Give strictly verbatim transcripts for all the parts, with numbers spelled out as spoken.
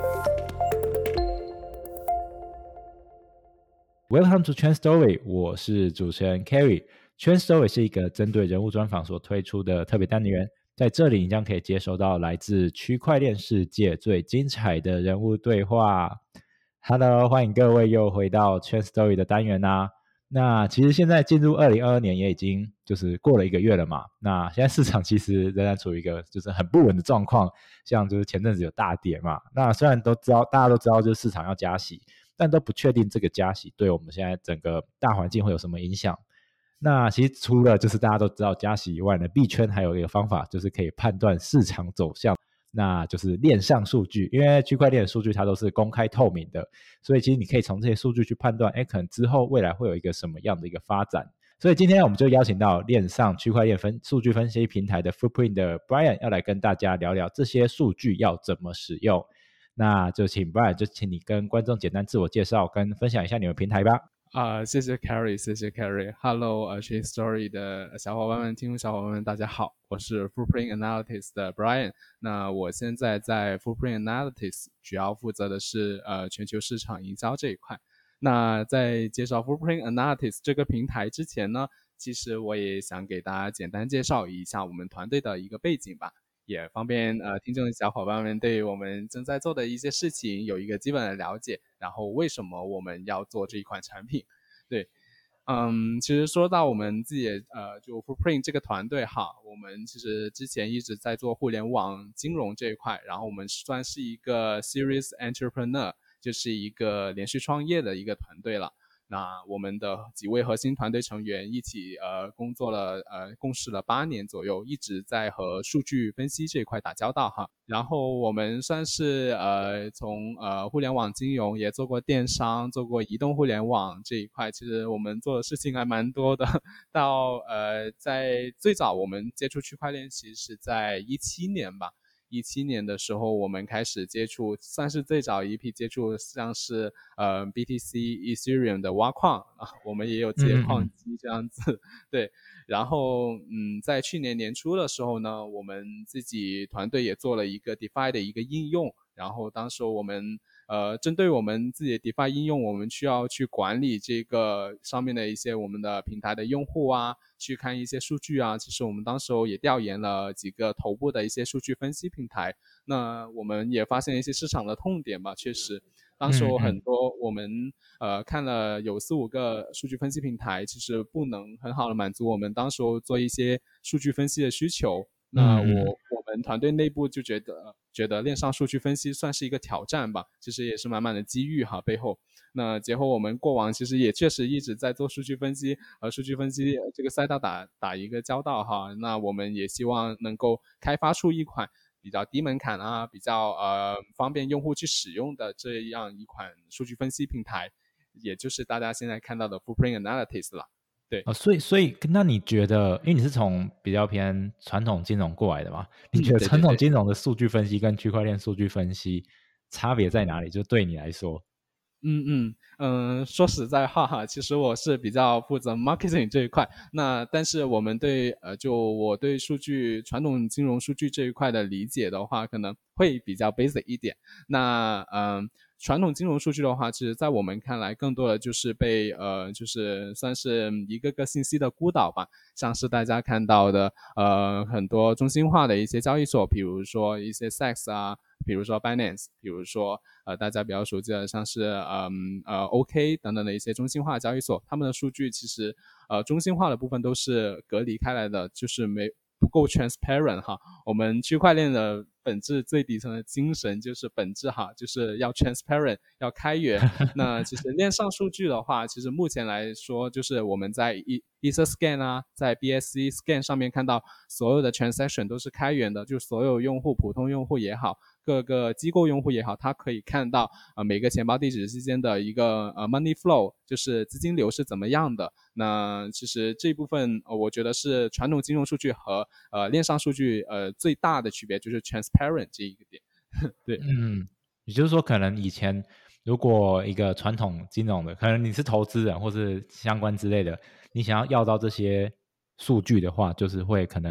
Welcome to Trend Story， 我是主持人 Kerry。Trend Story 是一个针对人物专访所推出的特别单元，在这里你将可以接收到来自区块链世界最精彩的人物对话。Hello， 欢迎各位又回到 Trend Story 的单元啊。那其实现在进入二零二二年也已经就是过了一个月了嘛，那现在市场其实仍然处于一个就是很不稳的状况，像就是前阵子有大跌嘛，那虽然都知道大家都知道就是市场要加息，但都不确定这个加息对我们现在整个大环境会有什么影响。那其实除了就是大家都知道加息以外呢，币圈还有一个方法就是可以判断市场走向，那就是链上数据。因为区块链的数据它都是公开透明的，所以其实你可以从这些数据去判断，哎，可能之后未来会有一个什么样的一个发展。所以今天我们就邀请到链上区块链分数据分析平台的 Footprint 的 Brian 要来跟大家聊聊这些数据要怎么使用。那就请 Brian 就请你跟观众简单自我介绍跟分享一下你们平台吧。 啊、呃，谢谢 Kerry， 谢谢 Kerry。Hello， 呃 Trend Story 的小伙伴们、听众小伙伴们，大家好，我是 Footprint Analytics 的 Brian。那我现在在 Footprint Analytics 主要负责的是呃全球市场营销这一块。那在介绍 Footprint Analytics 这个平台之前呢，其实我也想给大家简单介绍一下我们团队的一个背景吧。也方便呃听众小伙伴们对我们正在做的一些事情有一个基本的了解，然后为什么我们要做这一款产品。对，嗯，其实说到我们自己呃就 Footprint 这个团队哈，我们其实之前一直在做互联网金融这一块，然后我们算是一个 Series Entrepreneur， 就是一个连续创业的一个团队了。那我们的几位核心团队成员一起呃工作了呃共事了八年左右，一直在和数据分析这一块打交道哈。然后我们算是呃从呃互联网金融也做过电商，做过移动互联网这一块，其实我们做的事情还蛮多的。到呃在最早我们接触区块链其实是在一七年吧。一七年的时候，我们开始接触，算是最早一批接触，像是呃 B T C、Ethereum 的挖矿啊，我们也有接矿机这样子，嗯嗯对。然后嗯，在去年年初的时候呢，我们自己团队也做了一个 DeFi 的一个应用，然后当时我们呃针对我们自己的 DeFi 应用，我们需要去管理这个上面的一些我们的平台的用户啊。去看一些数据啊，其实我们当时也调研了几个头部的一些数据分析平台，那我们也发现一些市场的痛点吧，确实当时很多我们呃看了有四五个数据分析平台，其实不能很好的满足我们当时做一些数据分析的需求。那我我们团队内部就觉得觉得链上数据分析算是一个挑战吧，其实也是满满的机遇哈背后。那结合我们过往其实也确实一直在做数据分析，呃，数据分析这个赛道打打一个交道哈。那我们也希望能够开发出一款比较低门槛啊，比较呃方便用户去使用的这样一款数据分析平台，也就是大家现在看到的 Footprint Analytics 了。对、 哦、所以所以那你觉得，因为你是从比较偏传统金融过来的嘛，你觉得传统金融的数据分析跟区块链数据分析差别在哪里？就对你来说。 嗯嗯嗯，说实在话哈，其实我是比较负责 marketing 这一块。那但是我们对呃，就我对数据传统金融数据这一块的理解的话，可能会比较 basic 一点。那嗯。传统金融数据的话，其实在我们看来更多的就是被呃就是算是一个个信息的孤岛吧，像是大家看到的呃很多中心化的一些交易所，比如说一些 S E X 啊，比如说 Binance， 比如说呃大家比较熟悉的像是嗯呃 O K 等等的一些中心化交易所，他们的数据其实呃中心化的部分都是隔离开来的，就是没不够 transparent 哈。我们区块链的本质最底层的精神就是本质哈，就是要 transparent， 要开源。那其实链上数据的话，其实目前来说，就是我们在 Etherscan 啊，在 B S C Scan 上面看到所有的 transaction 都是开源的，就是所有用户，普通用户也好，各个机构用户也好，他可以看到呃每个钱包地址之间的一个呃 money flow， 就是资金流是怎么样的。那其实这部分、呃、我觉得是传统金融数据和呃链上数据呃最大的区别，就是 transparent 这一个点。对， 嗯，也就是说可能以前如果一个传统金融的，可能你是投资人或是相关之类的，你想要要到这些数据的话，就是会可能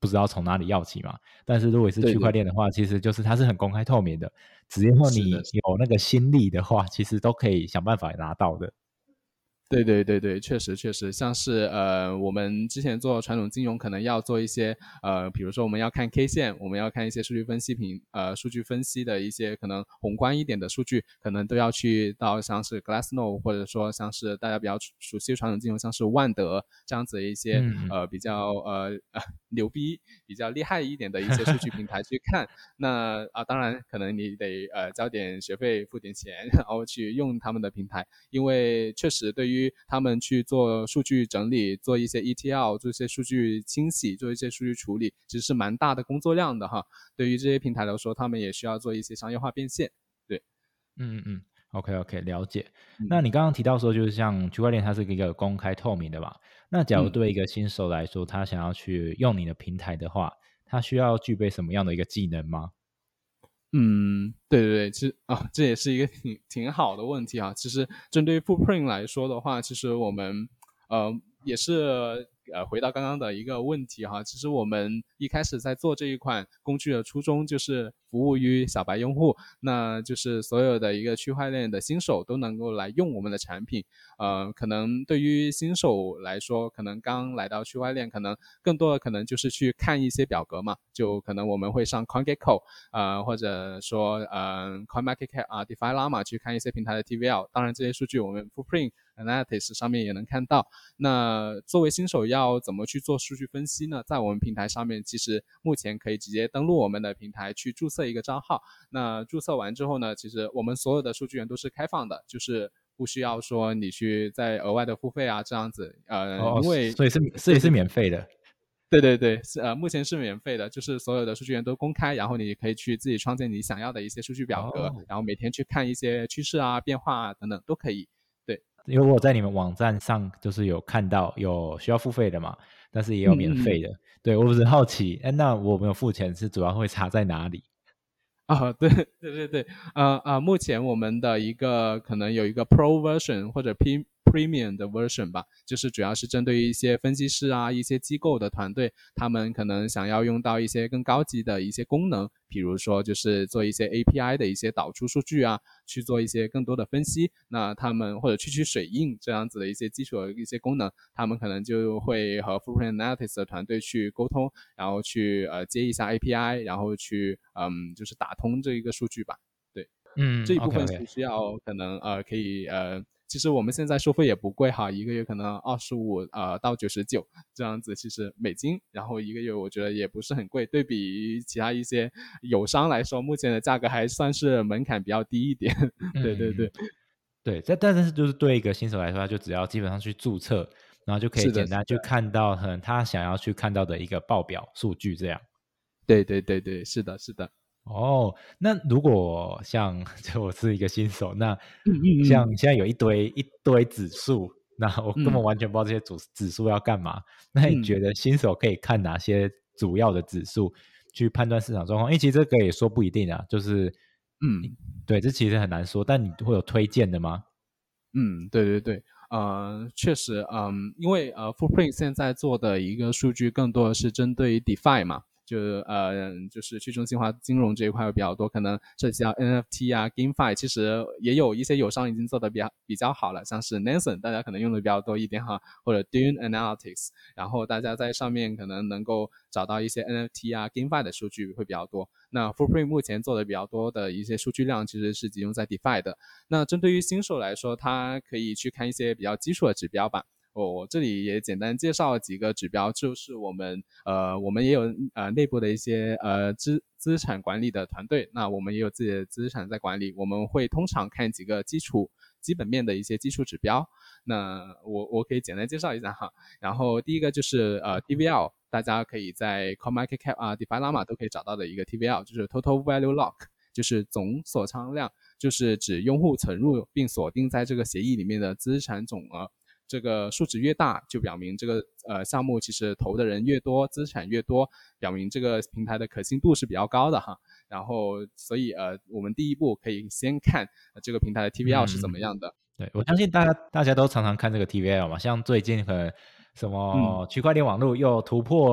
不知道从哪里要起嘛。但是如果是对对区块链的话，其实就是它是很公开透明的，只要你是的有那个心力的话，其实都可以想办法拿到的。 对对对对，确实确实，像是呃，我们之前做传统金融，可能要做一些呃，比如说我们要看 K 线，我们要看一些数据分析品呃，数据分析的一些可能宏观一点的数据，可能都要去到像是 Glassnode， 或者说像是大家比较熟悉传统金融，像是万德这样子的一些嗯呃比较呃呃牛逼、比较厉害一点的一些数据平台去看。那啊，当然可能你得呃交点学费、付点钱，然后去用他们的平台，因为确实对于他们去做数据整理、做一些 E T L、做一些数据清洗、做一些数据处理，其实是蛮大的工作量的哈。对于这些平台来说，他们也需要做一些商业化变现。对， 嗯嗯嗯，OK OK，了解。那嗯你刚刚提到说，就是像区块链它是一个公开透明的嘛？那假如嗯。 对一个新手来说，他想要去用你的平台的话，他需要具备什么样的一个技能吗？ 嗯，对对对，其实啊，这也是一个挺挺好的问题啊。其实针对于 Footprint 来说的话，其实我们呃也是呃回到刚刚的一个问题哈。其实我们一开始在做这一款工具的初衷就是服务于小白用户，那就是所有的一个区块链的新手都能够来用我们的产品。呃，可能对于新手来说，可能刚来到区块链，可能更多的可能就是去看一些表格嘛，就可能我们会上 CoinGecko，呃，或者说呃 CoinMarketCap 啊、DeFi Llama 去看一些平台的 T V L， 当然这些数据我们 Footprint Analytics 上面也能看到。那作为新手要怎么去做数据分析呢？在我们平台上面，其实目前可以直接登录我们的平台去注册一个账号。那注册完之后呢，其实我们所有的数据源都是开放的，就是不需要说你去再额外的付费啊这样子。呃， 哦， 因为所以是所以是免费的。 对对对，是呃，目前是免费的，就是所有的数据源都公开，然后你可以去自己创建你想要的一些数据表格， 哦， 然后每天去看一些趋势啊、变化啊等等都可以。对， 因为我在你们网站上就是有看到有需要付费的嘛，但是也有嗯嗯嗯。 免费的。对，我只是好奇，哎，那我没有付钱是主要会差在哪里？ 啊，对对对对，呃呃，目前我们的一个可能有一个 Pro version 或者 P Premium 的 version 吧，就是主要是针对于一些分析师啊、一些机构的团队，他们可能想要用到一些更高级的一些功能，比如说就是做一些 A P I 的一些导出数据啊，去做一些更多的分析。那他们或者去取水印这样子的一些基础的一些功能，他们可能就会和 Footprint Analytics 的团队去沟通，然后去呃接一下 A P I，然后去嗯就是打通这一个数据吧。对， 嗯这一部 ，OK 分 OK， 是需要可能呃可以呃。其实我们现在收费也不贵哈，一个月可能二十五呃到九十九这样子，其实美金，然后一个月我觉得也不是很贵，对比其他一些友商来说，目前的价格还算是门槛比较低一点。对对嗯， 对， 对，但但是就是对一个新手来说，他就只要基本上去注册，然后就可以是的， 简单去是的， 看到可能他想要去看到的一个报表数据这样。 对对对对，是的，是的， 哦，那如果像就我是一个新手，那嗯嗯像现在有一堆一堆指数，那我根本嗯完全不知道这些指指数要干嘛。那你嗯觉得新手可以看哪些主要的指数去判断市场状况？因为其实这个也说不一定啊，就是你嗯对，这其实很难说。但你会有推荐的吗？ 嗯，对对对，呃，确实，嗯，因为呃，Footprint 现在做的一个数据更多的是针对于 DeFi 嘛，就呃，就是去中心化金融这一块会比较多，可能涉及到 N F T 啊、GameFi，其实也有一些友商已经做的比较比较好了，像是 Nansen，大家可能用的比较多一点哈，或者 Dune Analytics，然后大家在上面可能能够找到一些 N F T 啊、GameFi 的数据会比较多。那 Footprint 目前做的比较多的一些数据量其实是集中在 DeFi 的。那针对于新手来说，他可以去看一些比较基础的指标吧。我这里也简单介绍几个指标，就是我们呃我们也有呃内部的一些呃资资产管理的团队，那我们也有自己的资产在管理，我们会通常看几个基础基本面的一些基础指标。那我我可以简单介绍一下哈。然后第一个就是呃 T V L，大家可以在 CoinMarketCap 啊、DeFi Llama 都可以找到的一个 T V L，就是 Total Value Lock，就是总锁仓量，就是指用户存入并锁定在这个协议里面的资产总额。这个数值越大，就表明这个呃项目其实投的人越多，资产越多，表明这个平台的可信度是比较高的哈。然后，所以呃，我们第一步可以先看、呃、这个平台的 T V L 是怎么嗯， 样的。 对，我相信大家大家都常常看这个 T V L 嘛，像最近可能什嗯么区块链网络又突破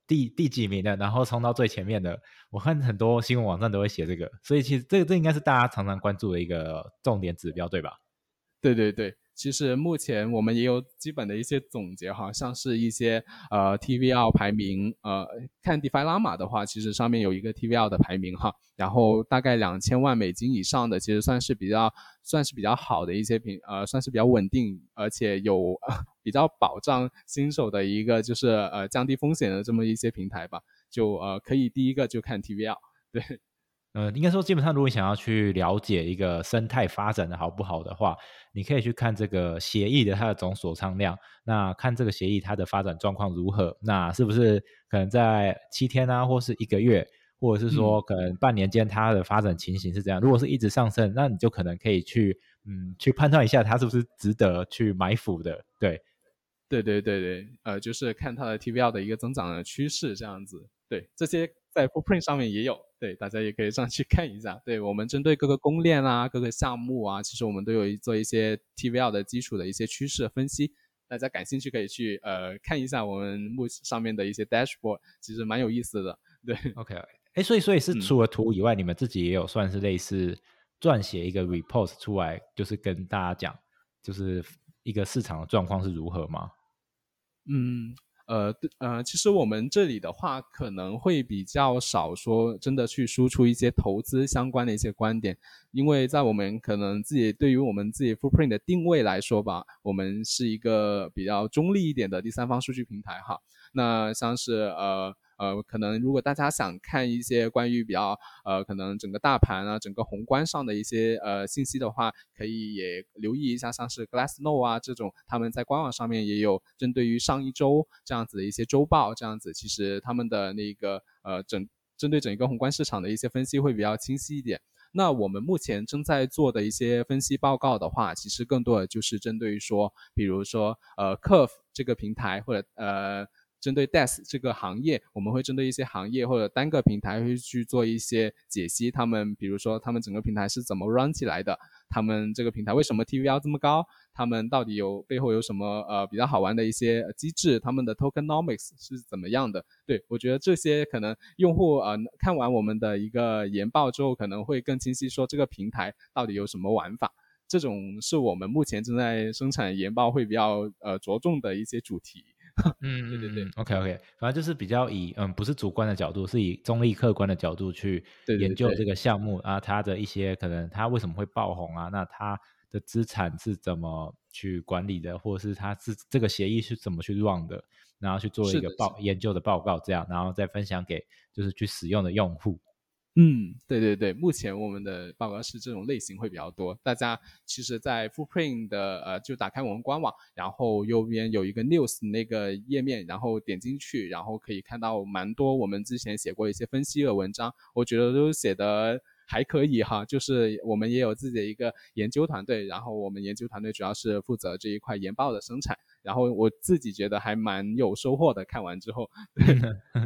第第几名的，然后冲到最前面的。我看很多新闻网站都会写这个，所以其实这个这应该是大家常常关注的一个重点指标，对吧？ 对对对，其实目前我们也有基本的一些总结哈，像是一些呃 T V L 排名，呃，看 DeFi Llama 的话，其实上面有一个 T V L 的排名哈，然后大概两千万美金以上的，其实算是比较算是比较好的一些平，呃，算是比较稳定，而且有、呃、比较保障新手的一个就是呃降低风险的这么一些平台吧，就呃可以第一个就看 T V L， 对。 呃，应该说基本上，如果你想要去了解一个生态发展的好不好的话，你可以去看这个协议的它的总锁仓量，那看这个协议它的发展状况如何，那是不是可能在七天啊，或是一个月，或者是说可能半年间它的发展情形是这样。如果是一直上升，那你就可能可以去嗯去判断一下它是不是值得去埋伏的，对。 对对对对，呃，就是看它的 T V L 的一个增长的趋势这样子。对，这些在 Footprint 上面也有，对，大家也可以上去看一下。对，我们针对各个公链啊、各个项目啊，其实我们都有做一些 T V L 的基础的一些趋势分析。大家感兴趣可以去呃看一下我们目上面的一些 dashboard， 其实蛮有意思的。对 ，OK， 哎，所以所以是嗯除了图以外，你们自己也有算是类似撰写一个 report 出来，就是跟大家讲，就是一个市场的状况是如何吗？ 嗯，呃，呃，其实我们这里的话，可能会比较少说真的去输出一些投资相关的一些观点，因为在我们可能自己对于我们自己 Footprint 的定位来说吧，我们是一个比较中立一点的第三方数据平台哈。那像是呃。呃，可能如果大家想看一些关于比较呃，可能整个大盘啊，整个宏观上的一些呃信息的话，可以也留意一下，像是 Glassnode 啊这种，他们在官网上面也有针对于上一周这样子的一些周报，这样子其实他们的那个呃整针对整个宏观市场的一些分析会比较清晰一点。那我们目前正在做的一些分析报告的话，其实更多的就是针对于说，比如说呃 Curve 这个平台或者呃。针对 D E X 这个行业，我们会针对一些行业或者单个平台会去做一些解析，他们比如说他们整个平台是怎么 run 起来的，他们这个平台为什么 T V L 这么高，他们到底有背后有什么呃比较好玩的一些机制，他们的 tokenomics 是怎么样的。对，我觉得这些可能用户呃看完我们的一个研报之后，可能会更清晰说这个平台到底有什么玩法，这种是我们目前正在生产研报会比较呃着重的一些主题。对对对嗯嗯嗯，OK OK，反正就是比较以嗯不是主观的角度，是以中立客观的角度去对对对研究这个项目啊，它的一些可能它为什么会爆红啊，那它的资产是怎么去管理的，或者是它是这个协议是怎么去 run 的，然后去做一个是的是的报研究的报告这样，然后再分享给就是去使用的用户。 嗯，对对对，目前我们的报告是这种类型会比较多。大家其实，在 Footprint 的呃，就打开我们官网，然后右边有一个 News 那个页面，然后点进去，然后可以看到蛮多我们之前写过一些分析的文章，我觉得都写的还可以哈。就是我们也有自己的一个研究团队，然后我们研究团队主要是负责这一块研报的生产，然后我自己觉得还蛮有收获的。看完之后，对，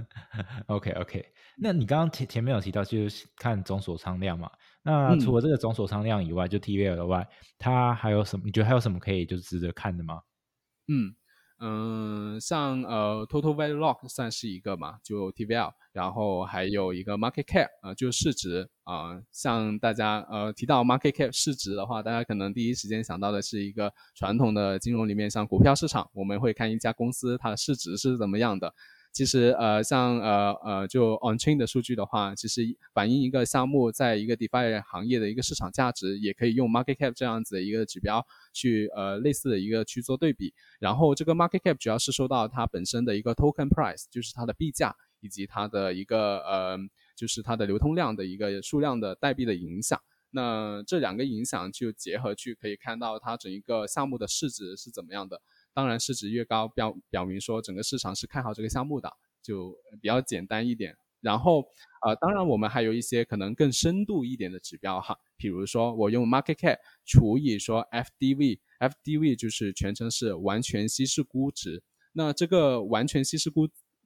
OK OK，那你刚刚前前面有提到就是看总锁仓量嘛？那除嗯。 了这个总锁仓量以外，就 T V L 以外，它还有什么？你觉得还有什么可以就是值得看的吗？ 嗯嗯，像呃 Total Value Lock 算是一个嘛，就 T V L，然后还有一个 Market Cap 啊、呃，就是市值啊、呃。像大家呃提到 Market Cap 市值的话，大家可能第一时间想到的是一个传统的金融里面，像股票市场，我们会看一家公司它的市值是怎么样的。其实呃像呃呃就 on chain 的数据的话，其实反映一个项目在一个 DeFi 行业的一个市场价值，也可以用 market cap 这样子的一个指标去呃类似的一个去做对比。然后这个 market cap 主要是受到它本身的一个 token price，就是它的币价以及它的一个呃就是它的流通量的一个数量的代币的影响。那这两个影响就结合去可以看到它整一个项目的市值是怎么样的。当然市值越高，表表明说整个市场是看好这个项目的，就比较简单一点。然后呃，当然我们还有一些可能更深度一点的指标哈，比如说我用 market cap 除以说 F D V，F D V 就是全称是完全稀释估值。那这个完全稀释估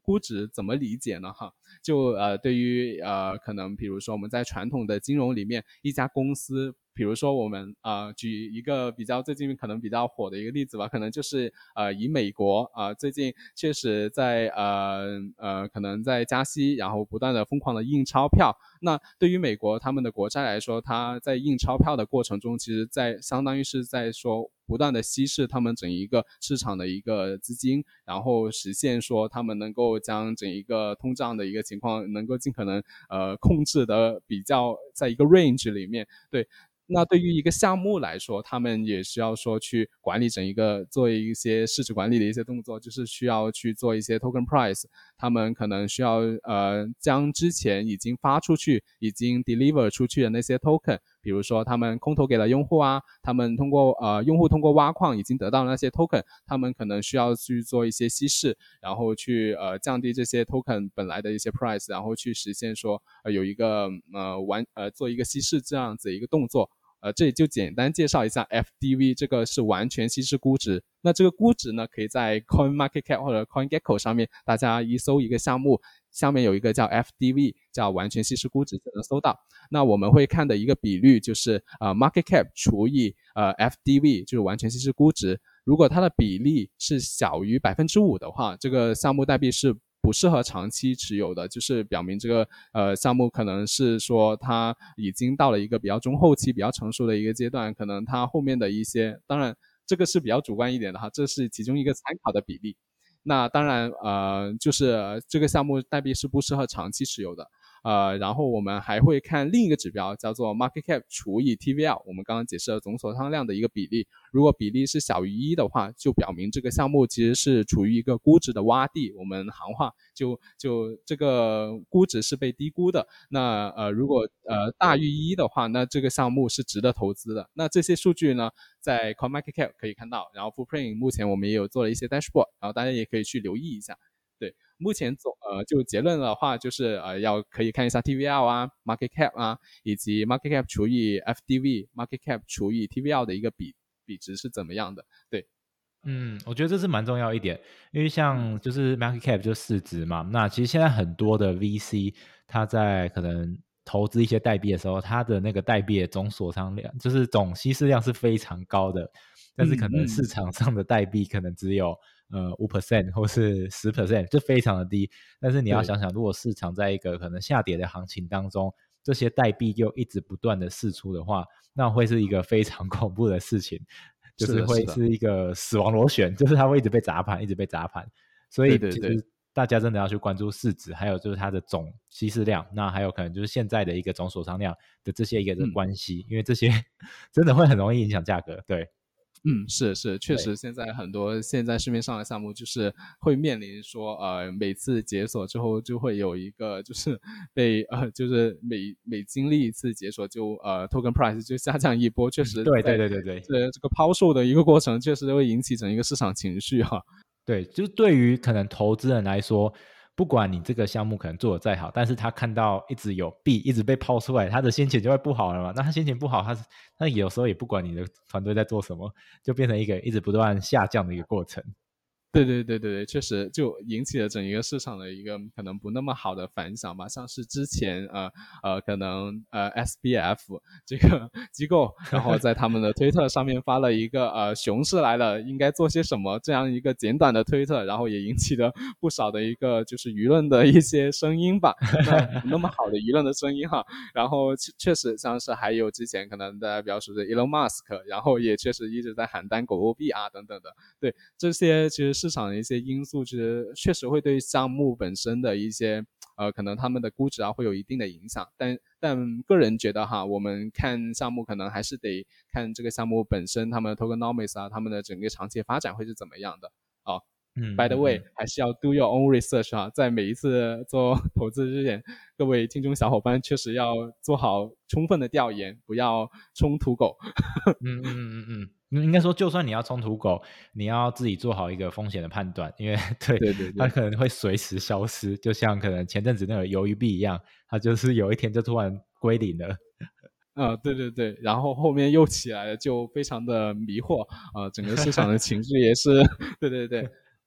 估值怎么理解呢哈？就呃对于呃可能比如说我们在传统的金融里面，一家公司比如说我们呃举一个比较最近可能比较火的一个例子吧，可能就是呃以美国啊、呃、最近确实在呃呃可能在加息，然后不断的疯狂的印钞票。那对于美国他们的国债来说，它在印钞票的过程中，其实在相当于是在说不断的稀释他们整一个市场的一个资金，然后实现说他们能够将整一个通胀的一个情况能够尽可能呃控制的比较在一个 range 里面。对，那对于一个项目来说，他们也需要说去管理整一个做一些市值管理的一些动作，就是需要去做一些 token price， 他们可能需要呃将之前已经发出去已经 deliver 出去的那些 token， 比如说他们空投给了用户啊，他们通过呃用户通过挖矿已经得到那些 token， 他们可能需要去做一些稀释，然后去呃降低这些 token 本来的一些 price， 然后去实现说呃有一个呃完呃做一个稀释这样子一个动作。呃，这里就简单介绍一下 F D V， 这个是完全稀释估值。那这个估值呢，可以在 CoinMarketCap 或者 CoinGecko 上面，大家一搜一个项目，下面有一个叫 F D V， 叫完全稀释估值就能搜到。那我们会看的一个比率就是呃 Market Cap 除以呃 F D V， 就是完全稀释估值。如果它的比例是小于 百分之五 的话，这个项目代币是不适合长期持有的，就是表明这个呃项目可能是说它已经到了一个比较中后期比较成熟的一个阶段，可能它后面的一些，当然这个是比较主观一点的哈，这是其中一个参考的比例。那当然呃就是这个项目代币是不适合长期持有的。呃，然后我们还会看另一个指标，叫做 Market Cap 除以 T V L， 我们刚刚解释了总锁仓量的一个比例。如果比例是小于一的话，就表明这个项目其实是处于一个估值的洼地。我们行话就就这个估值是被低估的。那呃，如果呃大于一的话，那这个项目是值得投资的。那这些数据呢，在 CoinMarketCap 可以看到，然后 Footprint 目前我们也有做了一些 dashboard， 然后大家也可以去留意一下。对，目前总呃就结论的话，就是呃要可以看一下 T V L 啊、Market Cap 啊，以及 Market Cap 除以 F D V、Market Cap 除以 T V L 的一个比比值是怎么样的。对， 嗯，我觉得这是蛮重要一点，因为像就是 market cap 就是市值嘛，那其实现在很多的 V C 它在可能投资一些代币的时候，它的那个代币的总锁仓量就是总稀释量是非常高的，但是可能市场上的代币可能只有呃 百分之五 或是 百分之十， 就非常的低。但是你要想想，如果市场在一个可能下跌的行情当中，这些代币又一直不断的释出的话，那会是一个非常恐怖的事情。就是会是一个死亡螺旋，就是它会一直被砸盘，一直被砸盘。所以其实大家真的要去关注市值，还有就是它的总稀释量，那还有可能就是现在的一个总锁仓量的这些一个的关系，嗯、因为这些真的会很容易影响价格。对。 嗯，是是，确实现在很多现在市面上的项目就是会面临说，呃，每次解锁之后就会有一个就是被呃，就是每每经历一次解锁就呃 token price 就下降一波，确实对对对对对， 这这个抛售的一个过程确实会引起整一个市场情绪哈。 对，就是对于可能投资人来说，不管你这个项目可能做得再好，但是他看到一直有币一直被抛出来，他的心情就会不好了嘛。那他心情不好，他他有时候也不管你的团队在做什么，就变成一个一直不断下降的一个过程。 对对对对对，确实就引起了整一个市场的一个可能不那么好的反响吧。像是之前呃呃可能呃 S B F 这个机构，然后在他们的推特上面发了一个呃熊市来了，应该做些什么这样一个简短的推特，然后也引起了不少的一个就是舆论的一些声音吧。那不那么好的舆论的声音哈。然后确实像是还有之前可能大家比较熟悉的 Elon Musk， 然后也确实一直在喊单狗狗币啊等等的。对，这些其实是市场的一些因素，其实确实会对项目本身的一些呃，可能他们的估值啊会有一定的影响，但但个人觉得哈，我们看项目可能还是得看这个项目本身，他们的 tokenomics 啊，他们的整个长期发展会是怎么样的啊。嗯 ，by the way，、嗯、还是要 do your own research 啊，在每一次做投资之前，各位听众小伙伴确实要做好充分的调研，不要冲土狗。 嗯嗯嗯嗯。应该说就算你要冲土狗，你要自己做好一个风险的判断，因为 对, 对对对， 它可能会随时消失，就像可能前阵子那个鱿鱼币一样，它就是有一天就突然归零了。 呃，对对对，然后后面又起来了，就非常的迷惑啊、呃，整个市场的情绪也是，对对对。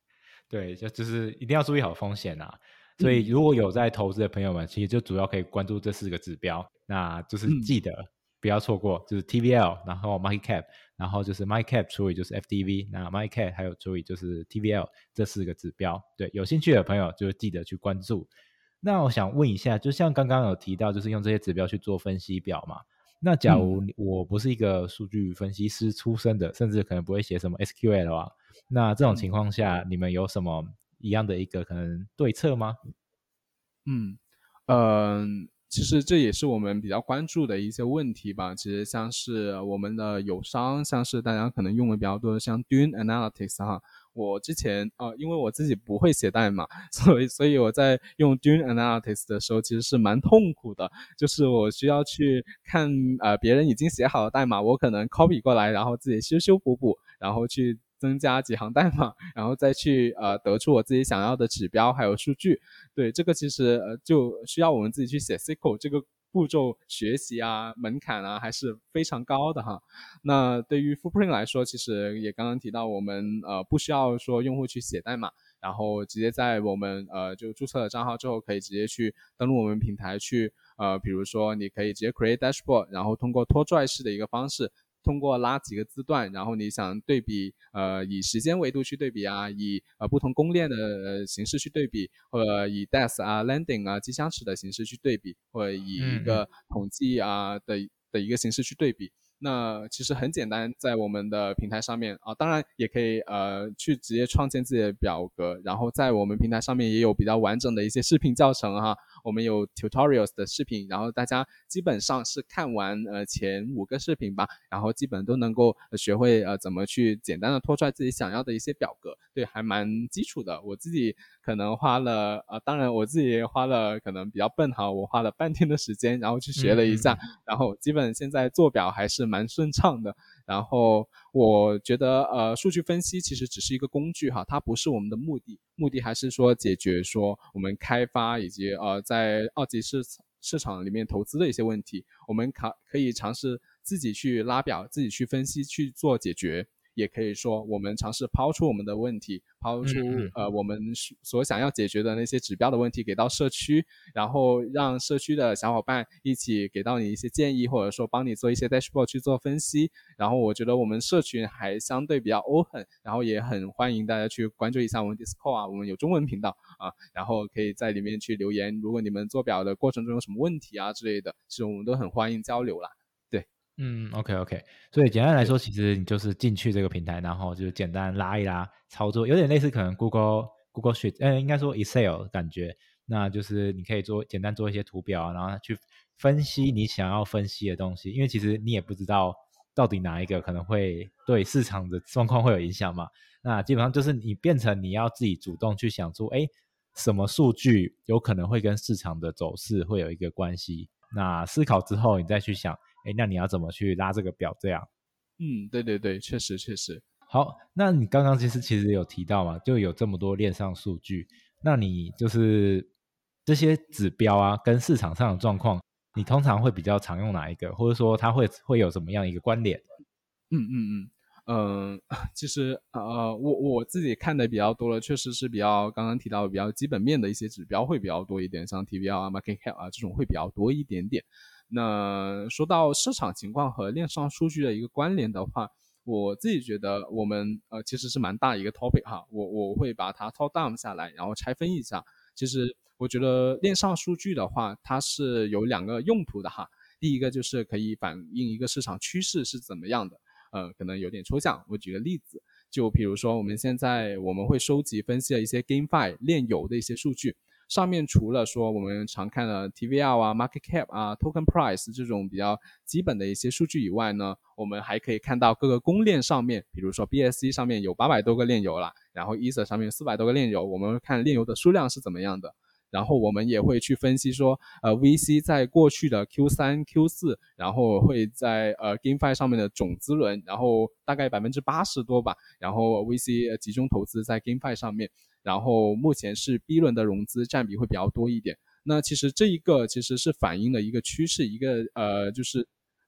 对，就就是一定要注意好风险啊。所以如果有在投资的朋友们，其实就主要可以关注这四个指标，那就是记得不要错过，就是 T V L， 然后 Market Cap， 然后就是 Market Cap 除以就是 F D V， 那 Market Cap 还有除以就是 T V L 这四个指标。对，有兴趣的朋友就记得去关注。那我想问一下，就像刚刚有提到，就是用这些指标去做分析表嘛？那假如我不是一个数据分析师出身的，甚至可能不会写什么 S Q L 啊，那这种情况下，你们有什么一样的一个可能对策吗？ 嗯，呃，其实这也是我们比较关注的一些问题吧。其实像是我们的友商，像是大家可能用的比较多的，像 Dune Analytics 哈。我之前呃，因为我自己不会写代码，所以所以我在用 Dune Analytics 的时候其实是蛮痛苦的，就是我需要去看呃别人已经写好的代码，我可能 copy 过来，然后自己修修补补，然后去增加几行代码，然后再去呃得出我自己想要的指标还有数据。对，这个其实呃就需要我们自己去写 S Q L， 这个步骤学习啊门槛啊还是非常高的哈。那对于 Footprint 来说，其实也刚刚提到我们呃不需要说用户去写代码，然后直接在我们呃就注册了账号之后，可以直接去登录我们平台去呃比如说你可以直接 create dashboard， 然后通过拖拽式的一个方式，通过拉几个字段，然后你想对比呃以时间维度去对比啊，以呃不同公链的、呃、形式去对比，或者以 D E X 啊 landing 啊机箱尺的形式去对比，或者以一个统计啊的的一个形式去对比。那其实很简单，在我们的平台上面啊，当然也可以呃去直接创建自己的表格，然后在我们平台上面也有比较完整的一些视频教程哈，我们有 tutorials 的视频，然后大家基本上是看完呃前五个视频吧，然后基本都能够学会呃怎么去简单的拖出来自己想要的一些表格，对，还蛮基础的。我自己可能花了呃，当然我自己花了可能比较笨哈，我花了半天的时间，然后去学了一下，然后基本现在做表还是蛮顺畅的。然后我觉得呃，数据分析其实只是一个工具哈，它不是我们的目的，目的还是说解决说我们开发以及呃在二级市市场里面投资的一些问题，我们可可以尝试自己去拉表，自己去分析去做解决。也可以说我们尝试抛出我们的问题，抛出呃我们所想要解决的那些指标的问题给到社区，然后让社区的小伙伴一起给到你一些建议，或者说帮你做一些 dashboard 去做分析。然后我觉得我们社群还相对比较 open， 然后也很欢迎大家去关注一下我们 Discord 啊，我们有中文频道啊，然后可以在里面去留言，如果你们做表的过程中有什么问题啊之类的，其实我们都很欢迎交流啦。 嗯 ，OK OK，所以简单来说，其实你就是进去这个平台，然后就简单拉一拉操作，有点类似可能 Google Google Sheet，呃，应该说 Excel 感觉，那就是你可以做简单做一些图表，然后去分析你想要分析的东西，因为其实你也不知道到底哪一个可能会对市场的状况会有影响嘛，那基本上就是你变成你要自己主动去想出，哎，什么数据有可能会跟市场的走势会有一个关系，那思考之后你再去想。哎，那你要怎么去拉这个表？这样， 嗯，对对对，确实确实。 好，那你刚刚其实其实有提到嘛，就有这么多链上数据，那你就是这些指标啊，跟市场上的状况，你通常会比较常用哪一个，或者说它会会有什么样一个关联？ 嗯嗯嗯。嗯，其实呃，我我自己看的比较多了，确实是比较刚刚提到的比较基本面的一些指标会比较多一点，像 T V L 啊、Market Cap 啊这种会比较多一点点。那说到市场情况和链上数据的一个关联的话，我自己觉得我们呃其实是蛮大一个 topic 哈，我我会把它 top down 下来，然后拆分一下。其实我觉得链上数据的话，它是有两个用途的哈。第一个就是可以反映一个市场趋势是怎么样的。呃，可能有点抽象，我举个例子，就比如说我们现在我们会收集分析了一些 GameFi 链游的一些数据，上面除了说我们常看的 T V L 啊、Market Cap 啊、Token Price 这种比较基本的一些数据以外呢，我们还可以看到各个公链上面，比如说 B S C 上面有八百多个链游了，然后 Ether 上面有四百多个链游，我们会看链游的数量是怎么样的。然后我们也会去分析说，呃 V C 在过去的 Q 三、Q 四，然后会在呃 GameFi 上面的种子轮，然后大概百分之八十多吧，然后 V C 集中投资在 GameFi 上面，然后目前是 B 轮的融资占比会比较多一点。那其实这一个其实是反映了一个趋势，一个呃就是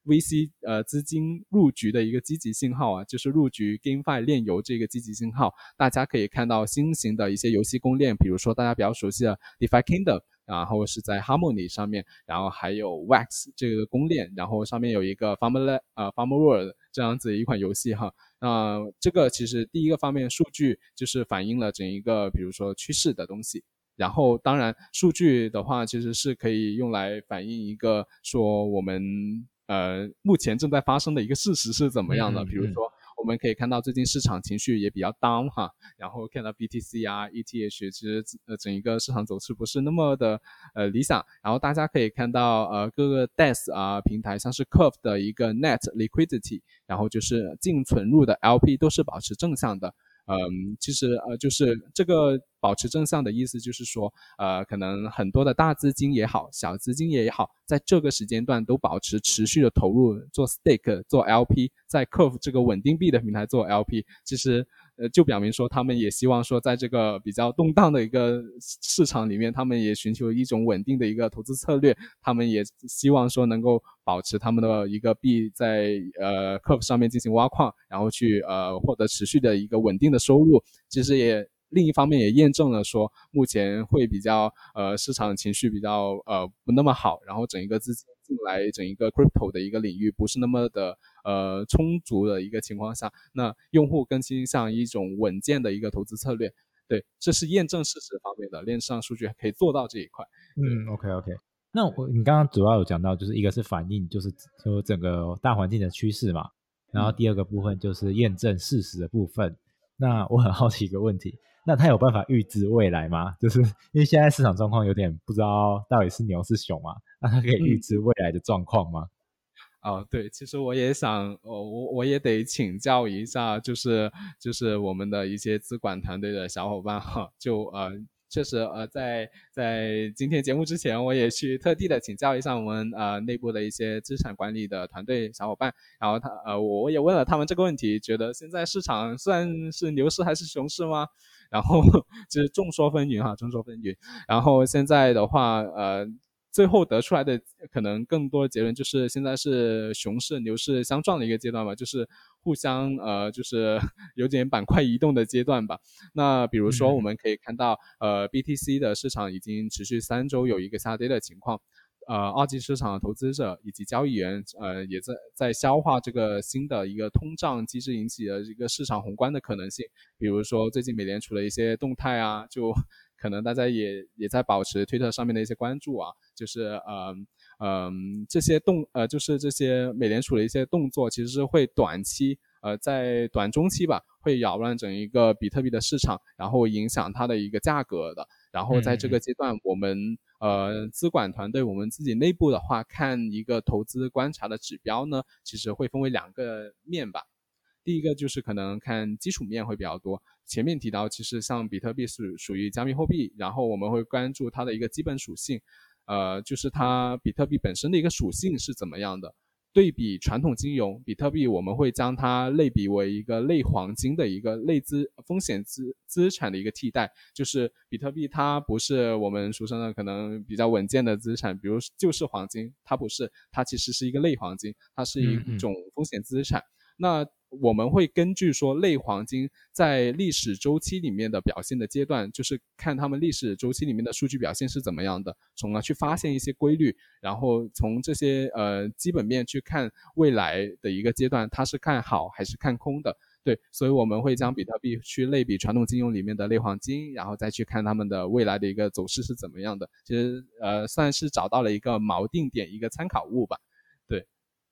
V C 呃资金入局的一个积极信号啊，就是入局 GameFi 链游这个积极信号。大家可以看到新型的一些游戏公链，比如说大家比较熟悉的 DeFi Kingdom， 然后是在 Harmony 上面，然后还有 Wax 这个公链，然后上面有一个 Farmer 呃 Farmer World 这样子一款游戏哈。那、呃、这个其实第一个方面数据就是反映了整一个比如说趋势的东西。然后当然数据的话其实是可以用来反映一个说我们呃目前正在发生的一个事实是怎么样的， 嗯嗯嗯比如说我们可以看到最近市场情绪也比较 down 哈，然后看到 B T C 啊 E T H 其实呃整一个市场走势不是那么的呃理想，然后大家可以看到呃各个 D E X 啊平台像是 Curve 的一个 Net Liquidity， 然后就是净存入的 L P 都是保持正向的。嗯，其实呃，就是这个保持正向的意思，就是说，呃，可能很多的大资金也好，小资金也好，在这个时间段都保持持续的投入，做 stake， 做 L P， 在 Curve 这个稳定币的平台做 L P， 其实呃，就表明说他们也希望说，在这个比较动荡的一个市场里面，他们也寻求一种稳定的一个投资策略，他们也希望说能够保持他们的一个币在呃 Curve 上面进行挖矿，然后去呃获得持续的一个稳定的收入。其实也另一方面也验证了说，目前会比较呃市场情绪比较呃不那么好，然后整一个资金进来整一个 crypto 的一个领域不是那么的呃充足的一个情况下，那用户更倾向一种稳健的一个投资策略。对，这是验证事实方面的，链上数据可以做到这一块。 嗯 ，OK OK。那我你刚刚主要有讲到，就是一个是反映，就是就整个大环境的趋势嘛，然后第二个部分就是验证事实的部分。那我很好奇一个问题，那他有办法预知未来吗？就是因为现在市场状况有点不知道到底是牛是熊嘛，那他可以预知未来的状况吗？ 哦，对，其实我也想，哦，我我也得请教一下，就是就是我们的一些资管团队的小伙伴哈，就呃，确实呃，在在今天节目之前，我也去特地的请教一下我们呃内部的一些资产管理的团队小伙伴，然后他呃我也问了他们这个问题，觉得现在市场算是牛市还是熊市吗？然后就是众说纷纭哈，众说纷纭。然后现在的话，呃。最后得出来的可能更多的结论就是现在是熊市牛市相撞的一个阶段吧，就是互相呃就是有点板块移动的阶段吧。那比如说我们可以看到呃 B T C 的市场已经持续三周有一个下跌的情况，呃二级市场的投资者以及交易员呃也在在消化这个新的一个通胀机制引起的一个市场宏观的可能性，比如说最近美联储的一些动态啊，就可能大家也也在保持推特上面的一些关注啊，就是呃呃这些动呃就是这些美联储的一些动作，其实是会短期呃在短中期吧，会扰乱整一个比特币的市场，然后影响它的一个价格的。然后在这个阶段，我们呃资管团队我们自己内部的话，看一个投资观察的指标呢，其实会分为两个面吧。第一个就是可能看基础面会比较多，前面提到其实像比特币是属于加密货币，然后我们会关注它的一个基本属性，呃，就是它比特币本身的一个属性是怎么样的。对比传统金融，比特币我们会将它类比为一个类黄金的一个类资风险资资产的一个替代，就是比特币它不是我们俗称的可能比较稳健的资产，比如就是黄金，它不是，它其实是一个类黄金，它是一种风险资产。那我们会根据说类黄金在历史周期里面的表现的阶段，就是看他们历史周期里面的数据表现是怎么样的，从而去发现一些规律，然后从这些呃基本面去看未来的一个阶段，它是看好还是看空的。对，所以我们会将比特币去类比传统金融里面的类黄金，然后再去看他们的未来的一个走势是怎么样的。其实呃算是找到了一个锚定点，一个参考物吧。对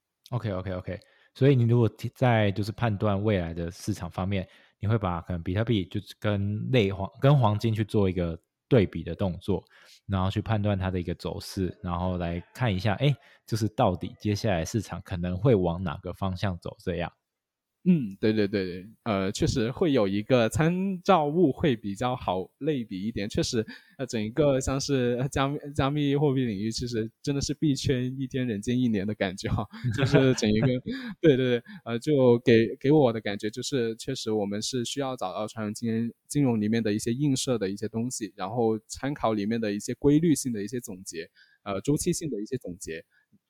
OK OK OK。所以你如果在就是判断未来的市场方面，你会把可能比特币就是跟类黄跟黄金去做一个对比的动作，然后去判断它的一个走势，然后来看一下，哎，就是到底接下来市场可能会往哪个方向走这样。 嗯，对对对对，呃，确实会有一个参照物会比较好类比一点。确实，呃，整一个像是加密加密货币领域，其实真的是币圈一天人间一年的感觉哈。就是整一个，对对对，呃，就给给我的感觉就是，确实我们是需要找到传统金金融里面的一些映射的一些东西，然后参考里面的一些规律性的一些总结，呃，周期性的一些总结。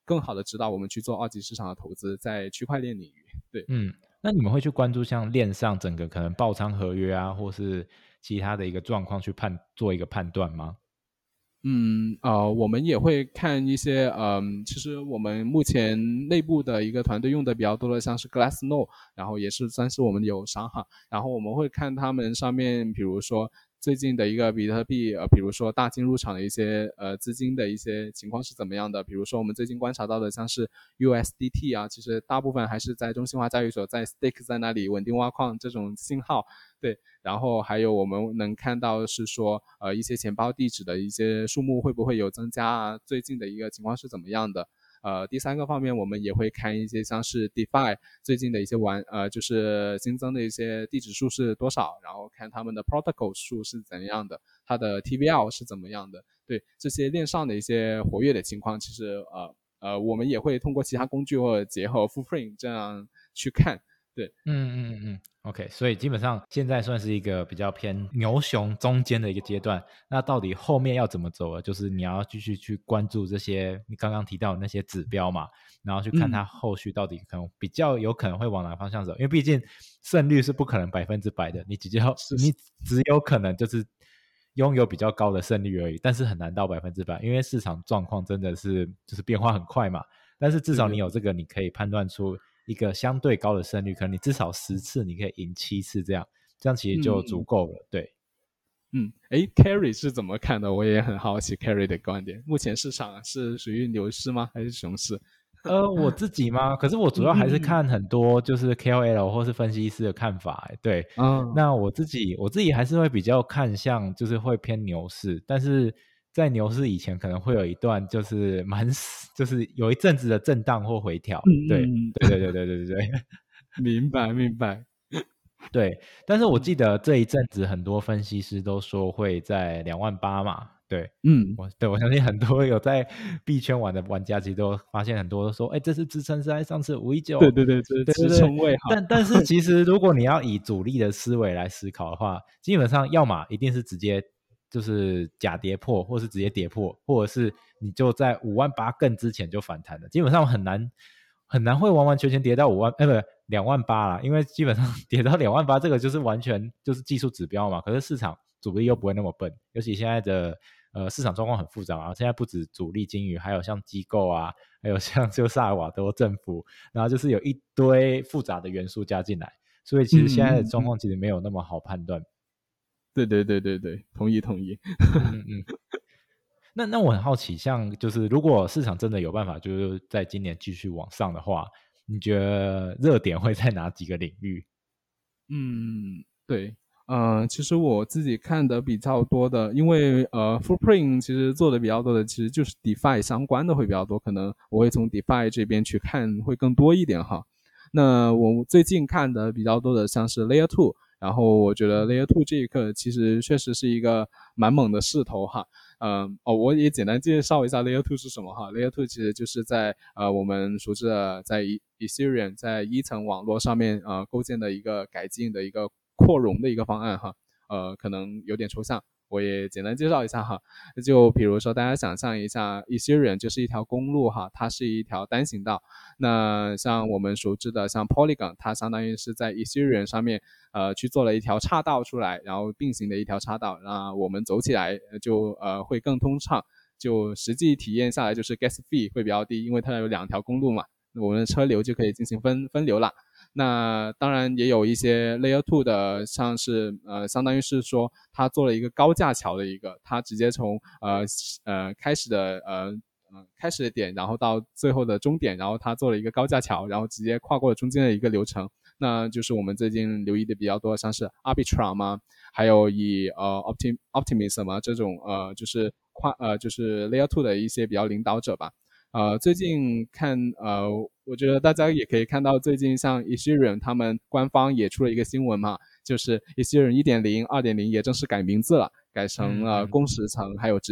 更好的指导我们去做二级市场的投资，在区块链领域。对， 嗯，那你们会去关注像链上整个可能爆仓合约啊，或是其他的一个状况去判做一个判断吗？ 嗯，呃，我们也会看一些，嗯、其实我们目前内部的一个团队用的比较多的，像是 Glassnode，然后也是算是我们的友商哈，然后我们会看他们上面，比如说最近的一个比特币，呃，比如说大金入场的一些呃资金的一些情况是怎么样的，比如说我们最近观察到的像是 U S D T 啊，其实大部分还是在中心化交易所在 stake 在那里稳定挖矿这种信号，对。然后还有我们能看到是说，呃，一些钱包地址的一些数目会不会有增加啊？最近的一个情况是怎么样的？呃，第三个方面，我们也会看一些像是 DeFi 最近的一些玩，呃，就是新增的一些地址数是多少，然后看他们的 protocol 数是怎样的，它的 T V L 是怎么样的。对这些链上的一些活跃的情况，其实呃呃，我们也会通过其他工具或者结合 Fullprint 这样去看。对， 嗯嗯嗯，OK，所以基本上现在算是一个比较偏牛熊中间的一个阶段。那到底后面要怎么走了？就是你要继续去关注这些你刚刚提到的那些指标嘛，然后去看它后续到底可能比较有可能会往哪方向走。因为毕竟胜率是不可能百分之百的，你只要你只有可能就是拥有比较高的胜率而已，但是很难到百分之百，因为市场状况真的是就是变化很快嘛。但是至少你有这个，你可以判断出一个相对高的胜率，可能你至少十次你可以赢七次这样，这样其实就足够了。嗯、对， 嗯，诶 Carry 是怎么看的？我也很好奇 Carry 的观点。目前市场是属于牛市吗？还是熊市？ 呃，我自己吗？可是我主要还是看很多就是 K O L 或是分析师的看法、欸。对，嗯、那我自己我自己还是会比较看向就是会偏牛市，但是在牛市以前可能会有一段就是蛮就是有一阵子的震荡或回调。 嗯对， 嗯对对对对对对对， 明白明白。 对，但是我记得这一阵子很多分析师都说会在两万八嘛。对， 嗯， 我对我相信很多有在币圈玩的玩家，其实都发现很多都说，哎，这是支撑是在上次五一九， 对对对，这是支撑位哈。 但但是其实如果你要以主力的思维来思考的话，基本上要么一定是直接就是假跌破，或是直接跌破，或者是你就在五万八更之前就反弹了，基本上很难很难会完完全全跌到五万，哎不两万八啦，因为基本上跌到两万八这个就是完全就是技术指标嘛，可是市场主力又不会那么笨，尤其现在的呃市场状况很复杂啊，现在不止主力金鱼，还有像机构啊，还有像就萨尔瓦多政府，然后就是有一堆复杂的元素加进来，所以其实现在的状况其实没有那么好判断。 对对对对对，同意同意。 嗯嗯。那那我很好奇，像就是如果市场真的有办法，就是在今年继续往上的话，你觉得热点会在哪几个领域？ 嗯，对，呃，其实我自己看的比较多的，因为呃 Fullprint 其实做的比较多的，其实就是 DeFi 相关的会比较多，可能我会从 DeFi 这边去看会更多一点哈。那我最近看的比较多的像是 Layer two，然后我觉得 Layer two 这一刻其实确实是一个蛮猛的势头哈。嗯，哦，我也简单介绍一下 Layer two 是什么哈。Layer two 其实就是在呃我们熟知的在 Ethereum 在一层网络上面呃构建的一个改进的一个扩容的一个方案哈。呃，可能有点抽象，我也简单介绍一下哈。就比如说大家想象一下 Ethereum 就是一条公路哈，它是一条单行道。那像我们熟知的像 Polygon， 它相当于是在 Ethereum 上面呃去做了一条岔道出来，然后并行的一条岔道，那我们走起来就呃会更通畅，就实际体验下来就是 gas fee 会比较低，因为它有两条公路嘛，我们的车流就可以进行分分流了。那当然也有一些 Layer two 的，像是呃，相当于是说它做了一个高架桥的一个，它直接从呃呃开始的呃呃开始的点，然后到最后的终点，然后它做了一个高架桥，然后直接跨过了中间的一个流程。那就是我们最近留意的比较多，像是 Arbitrum 嘛，还有以呃 Optim Optimism 啊这种呃就是跨呃就是 Layer two 的一些比较领导者吧。呃，最近看呃，我觉得大家也可以看到，最近像 Ethereum 他们官方也出了一个新闻嘛，就是 Ethereum 一点零、二点零也正式改名字了，改成了共识层还有执行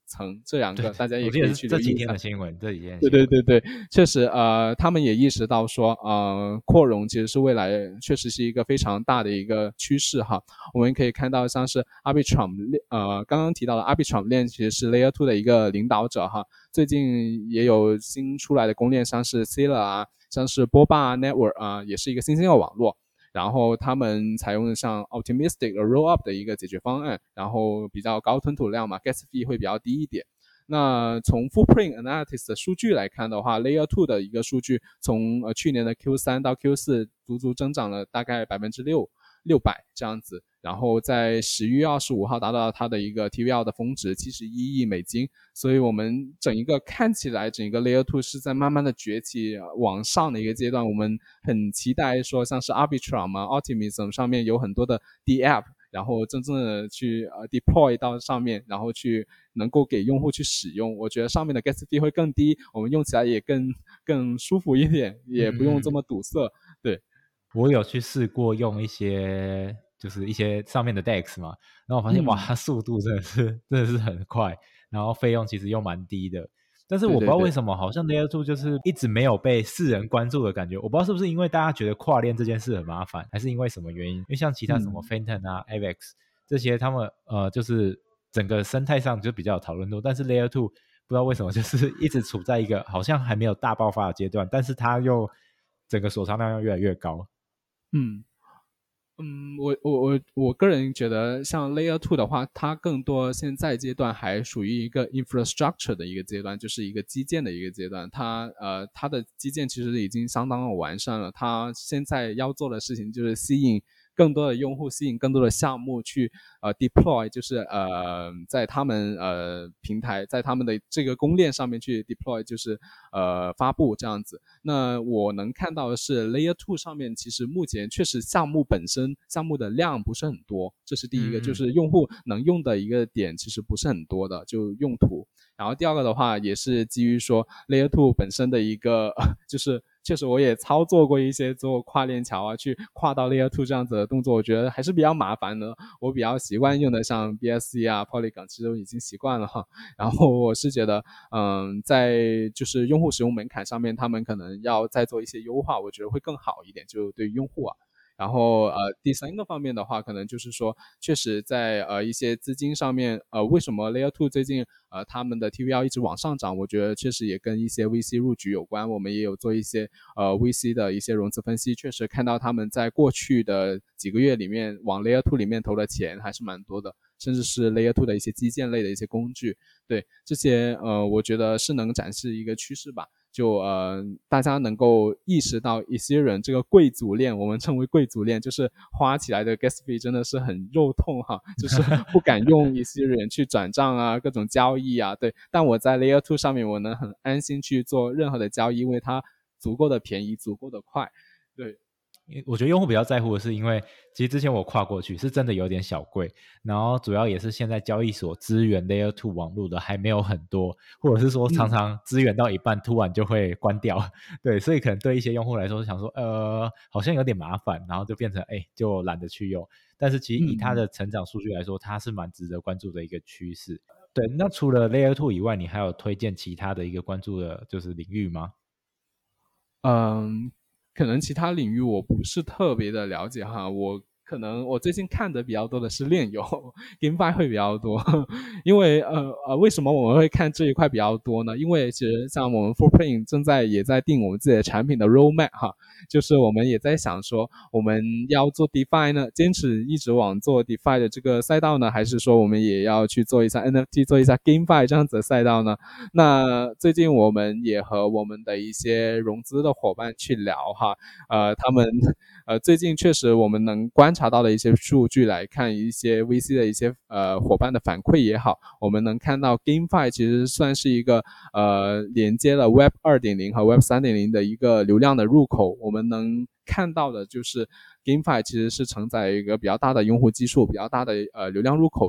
层，这两个大家也可以去留意一下。我记得是这几天的新闻，这几天的新闻。对闻。 对对对，确实，呃，他们也意识到说，呃，扩容其实是未来确实是一个非常大的一个趋势哈。我们可以看到，像是 Arbitrum， 呃，刚刚提到的 Arbitrum 链其实是 Layer 二 的一个领导者哈。最近也有新出来的公链，像是 Sila 啊，像是波霸 Network 啊，也是一个新兴的网络。然后他们采用像 Optimistic Rollup 的一个解决方案，然后比较高吞吐量嘛 ，Gas fee 会比较低一点。那从 Footprint Analytics 的数据来看的话 ，Layer 二 的一个数据从呃去年的 Q 三 到 Q 四足足增长了大概百分之六六百这样子，然后在十月二十五号达到它的一个 T V L 的峰值七十一亿美金，所以我们整一个看起来整一个 Layer 二是在慢慢的崛起往上的一个阶段，我们很期待说像是 Arbitrum 啊 Optimism 上面有很多的 D App。然后真正的去呃 deploy 到上面，然后去能够给用户去使用，我觉得上面的 gas fee 会更低，我们用起来也更更舒服一点，也不用这么堵塞。嗯、对， 我有去试过用一些就是一些上面的 D E X 嘛，然后我发现、嗯、哇，它速度真的是真的是很快，然后费用其实又蛮低的。但是我不知道为什么，好像 Layer 二 就是一直没有被世人关注的感觉。我不知道是不是因为大家觉得跨链这件事很麻烦，还是因为什么原因？因为像其他什么 Phantom 啊、嗯、A V E X 这些，他们呃就是整个生态上就比较有讨论度，但是 Layer 二 不知道为什么就是一直处在一个好像还没有大爆发的阶段，但是它又整个锁仓量又越来越高。 嗯。嗯，我我我我个人觉得，像 Layer 二 的话，它更多现在阶段还属于一个 infrastructure 的一个阶段，就是一个基建的一个阶段。它呃，它的基建其实已经相当的完善了。它现在要做的事情就是吸引更多的用户，吸引更多的项目去呃 deploy， 就是呃在他们呃平台，在他们的这个公链上面去 deploy， 就是呃发布这样子。那我能看到的是 Layer 二 上面其实目前确实项目本身项目的量不是很多，这是第一个，嗯、就是用户能用的一个点其实不是很多的，就用途。然后第二个的话也是基于说 Layer 二 本身的一个就是确实我也操作过一些做跨链桥啊，去跨到 Layer 二 这样子的动作，我觉得还是比较麻烦的。我比较习惯用的像 B S C 啊 Polygon 其实我已经习惯了哈。然后我是觉得嗯，在就是用户使用门槛上面他们可能要再做一些优化，我觉得会更好一点，就对于用户啊。然后呃，第三个方面的话，可能就是说，确实在呃一些资金上面，呃，为什么 Layer 二 最近呃他们的 T V L 一直往上涨？我觉得确实也跟一些 V C 入局有关。我们也有做一些呃 V C 的一些融资分析，确实看到他们在过去的几个月里面往 Layer 二 里面投的钱还是蛮多的，甚至是 Layer 二的一些基建类的一些工具。对这些呃，我觉得是能展示一个趋势吧。就呃，大家能够意识到 Ethereum 这个贵族链，我们称为贵族链，就是花起来的 gas fee 真的是很肉痛哈，就是不敢用 Ethereum 去转账啊，各种交易啊，对。但我在 Layer 二 上面，我能很安心去做任何的交易，因为它足够的便宜，足够的快，对。 我觉得用户比较在乎的是，因为其实之前我跨过去是真的有点小贵，然后主要也是现在交易所支援 Layer 二 网络的还没有很多，或者是说常常支援到一半突然就会关掉、嗯、对，所以可能对一些用户来说想说呃好像有点麻烦，然后就变成哎就懒得去用。但是其实以它的成长数据来说，它是蛮值得关注的一个趋势。对，那除了 Layer 二 以外，你还有推荐其他的一个关注的就是领域吗？ 嗯，可能其他领域我不是特别的了解哈，我可能我最近看的比较多的是链游 GameFi 会比较多，因为呃呃为什么我们会看这一块比较多呢？因为其实像我们 Footprint 正在也在定我们自己的产品的 roadmap 哈，就是我们也在想说我们要做 DeFi 呢，坚持一直往做 DeFi 的这个赛道呢，还是说我们也要去做一下 N F T 做一下 GameFi 这样子的赛道呢？那最近我们也和我们的一些融资的伙伴去聊哈，呃他们呃最近确实我们能观察到的一些数据来看，一些 V C 的一些呃伙伴的反馈也好，我们能看到 GameFi 其实算是一个呃连接了 Web 二点零 和 Web 三点零的一个流量的入口，我们能看到的就是 GameFi 其实是承载一个比较大的用户基数，比较大的呃流量入口的。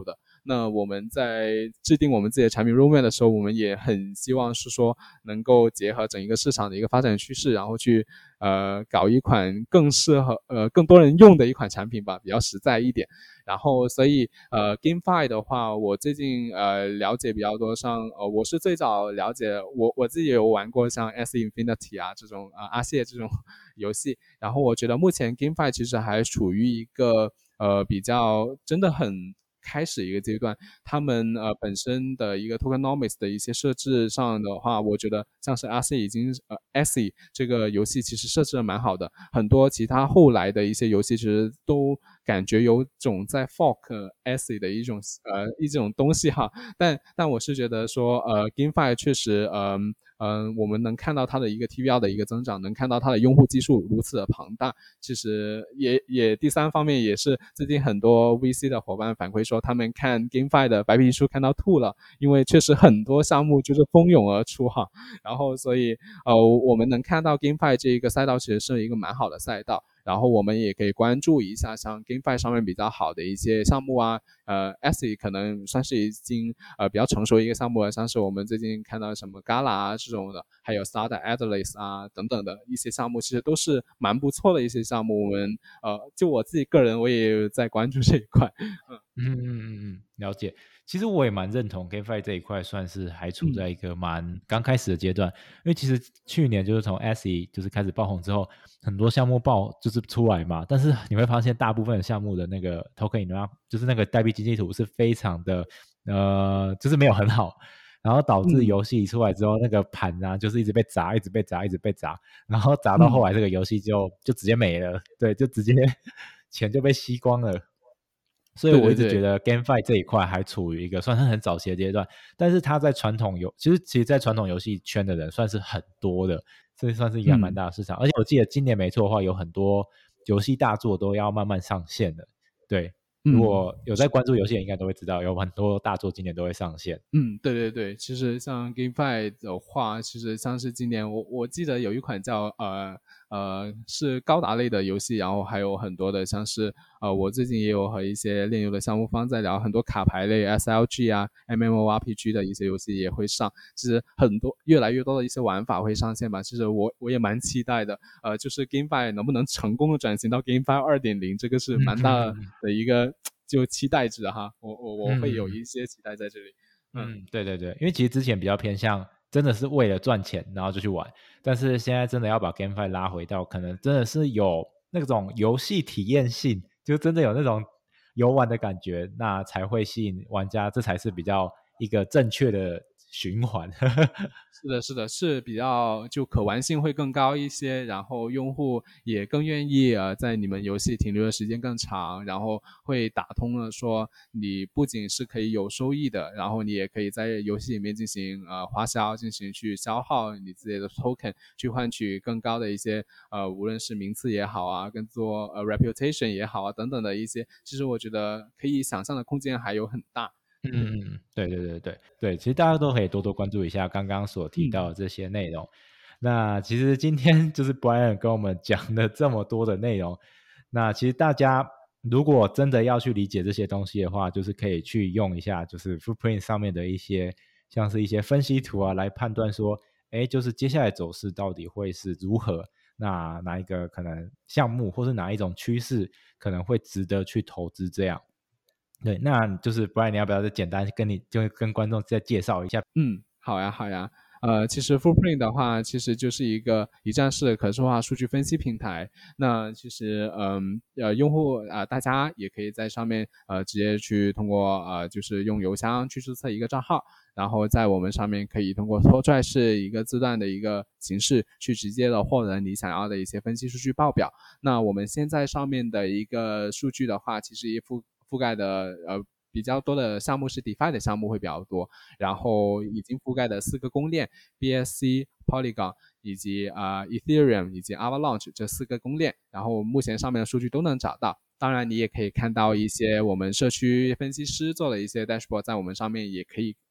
那我们在制定我们自己的产品 roadmap 的时候，我们也很希望是说能够结合整一个市场的一个发展趋势，然后去呃搞一款更适合呃更多人用的一款产品吧，比较实在一点。然后所以呃 GameFi 的话，我最近呃了解比较多，像呃我是最早了解，我我自己有玩过像 S Infinity 啊这种啊、呃、阿谢这种游戏，然后我觉得目前 GameFi 其实还处于一个呃比较真的很开始一个阶段，他们呃本身的一个 tokenomics 的一些设置上的话，我觉得像是 R C 已经呃 S E 这个游戏其实设置的蛮好的，很多其他后来的一些游戏其实都感觉有种在 fork S E 的一种呃一种东西哈，但但我是觉得说呃 GameFi 确实嗯。嗯、呃，我们能看到它的一个 T V L 的一个增长，能看到它的用户基数如此的庞大，其实也也第三方面也是最近很多 V C 的伙伴反馈说，他们看 GameFi 的白皮书看到吐了，因为确实很多项目就是蜂拥而出哈，然后所以呃我们能看到 GameFi 这一个赛道其实是一个蛮好的赛道。然后我们也可以关注一下像 GameFi 上面比较好的一些项目啊，呃 S E 可能算是已经呃比较成熟的一个项目了，像是我们最近看到什么 Gala 啊这种的，还有 Start Atlas 啊等等的一些项目，其实都是蛮不错的一些项目。我们呃就我自己个人我也在关注这一块。 嗯嗯嗯嗯，了解。其实我也蛮认同 GameFi 这一块算是还处在一个蛮刚开始的阶段，因为其实去年就是从 S E 就是开始爆红之后，很多项目爆就是出来嘛，但是你会发现大部分的项目的那个 token 就是那个代币经济图是非常的呃，就是没有很好，然后导致游戏一出来之后，那个盘啊就是一直被砸，一直被砸，一直被砸，然后砸到后来这个游戏就就直接没了，对，就直接钱就被吸光了。所以我一直觉得 GameFi 这一块还处于一个算是很早期的阶段，但是它在传统游，其实其实在传统游戏圈的人算是很多的，这算是一个蛮大的市场。嗯、而且我记得今年没错的话，有很多游戏大作都要慢慢上线了。对，如果有在关注游戏的应该都会知道，有很多大作今年都会上线。 嗯，对对对，其实像 GameFi 的话，其实像是今年我我记得有一款叫呃呃是高达类的游戏，然后还有很多的像是呃我最近也有和一些炼油的项目方在聊，很多卡牌类 S L G 啊 M M O R P G 的一些游戏也会上，其实很多越来越多的一些玩法会上线吧。其实我我也蛮期待的，呃，就是 GameFi 能不能成功的转型到 GameFi 二点零，这个是蛮大的一个就期待值哈，我我我会有一些期待在这里。 嗯，对对对，因为其实之前比较偏向真的是为了赚钱然后就去玩，但是现在真的要把 GameFi 拉回到可能真的是有那种游戏体验性，就真的有那种游玩的感觉，那才会吸引玩家，这才是比较一个正确的循环。 是的，是的，是比较就可玩性会更高一些，然后用户也更愿意呃在你们游戏停留的时间更长，然后会打通了说你不仅是可以有收益的，然后你也可以在游戏里面进行呃花销，进行去消耗你自己的 token， 去换取更高的一些呃无论是名次也好啊，跟做呃 reputation 也好啊等等的一些，其实我觉得可以想象的空间还有很大。 嗯嗯，对对对对对，其实大家都可以多多关注一下刚刚所提到的这些内容。嗯、那其实今天就是 Brian 跟我们讲了这么多的内容，那其实大家如果真的要去理解这些东西的话，就是可以去用一下就是 Footprint 上面的一些像是一些分析图啊，来判断说，哎，就是接下来走势到底会是如何，那哪一个可能项目或是哪一种趋势可能会值得去投资这样。对，那就是不然你要不要再简单跟你就跟观众再介绍一下？ 嗯，好呀，好呀。呃，其实 Footprint 的话，其实就是一个一站式的可视化数据分析平台。那其实，嗯，呃，用户啊、呃，大家也可以在上面呃直接去通过呃，就是用邮箱去注册一个账号，然后在我们上面可以通过拖拽式一个字段的一个形式，去直接的获得你想要的一些分析数据报表。那我们现在上面的一个数据的话，其实也覆覆盖的呃。比较多的项目是 DeFi 的项目会比较多，然后已经覆盖的四个公链 B S C、Polygon 以及啊、呃、Ethereum 以及 Avalanche 这四个公链，然后目前上面的数据都能找到。当然，你也可以看到一些我们社区分析师做的一些 dashboard， 在我们上面也可以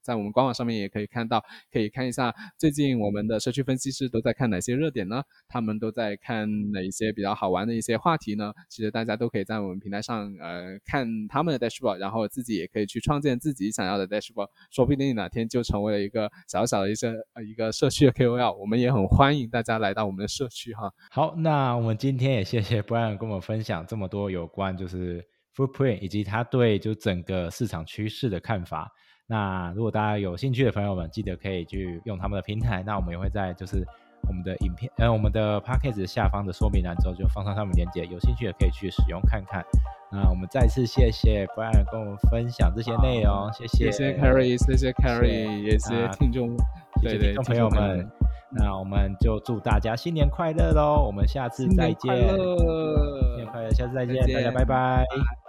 在我们官网上面也可以看到，可以看一下最近我们的社区分析师都在看哪些热点呢？他们都在看哪一些比较好玩的一些话题呢？其实大家都可以在我们平台上呃看他们的 dashboard， 然后自己也可以去创建自己想要的 dashboard， 说不定哪天就成为了一个小小的一些呃一个社区的 K O L， 我们也很欢迎大家来到我们的社区哈。 好，那我们今天也谢谢 Brian 跟我们分享这么多有关就是 Footprint 以及他对就整个市场趋势的看法。那如果大家有兴趣的朋友们，记得可以去用他们的平台，那我们也会在就是我们的影片呃我们的 Podcast 下方的说明栏之后就放上他们链接，有兴趣的可以去使用看看。那我们再次谢谢 Brian 跟我们分享这些内容，谢谢， 谢谢 Carrie， 谢谢 Carrie， 也谢谢听众， 谢谢听众朋友们。那我们就祝大家新年快乐咯，我们下次再见。新年快乐，新年快乐，下次再见，大家拜拜。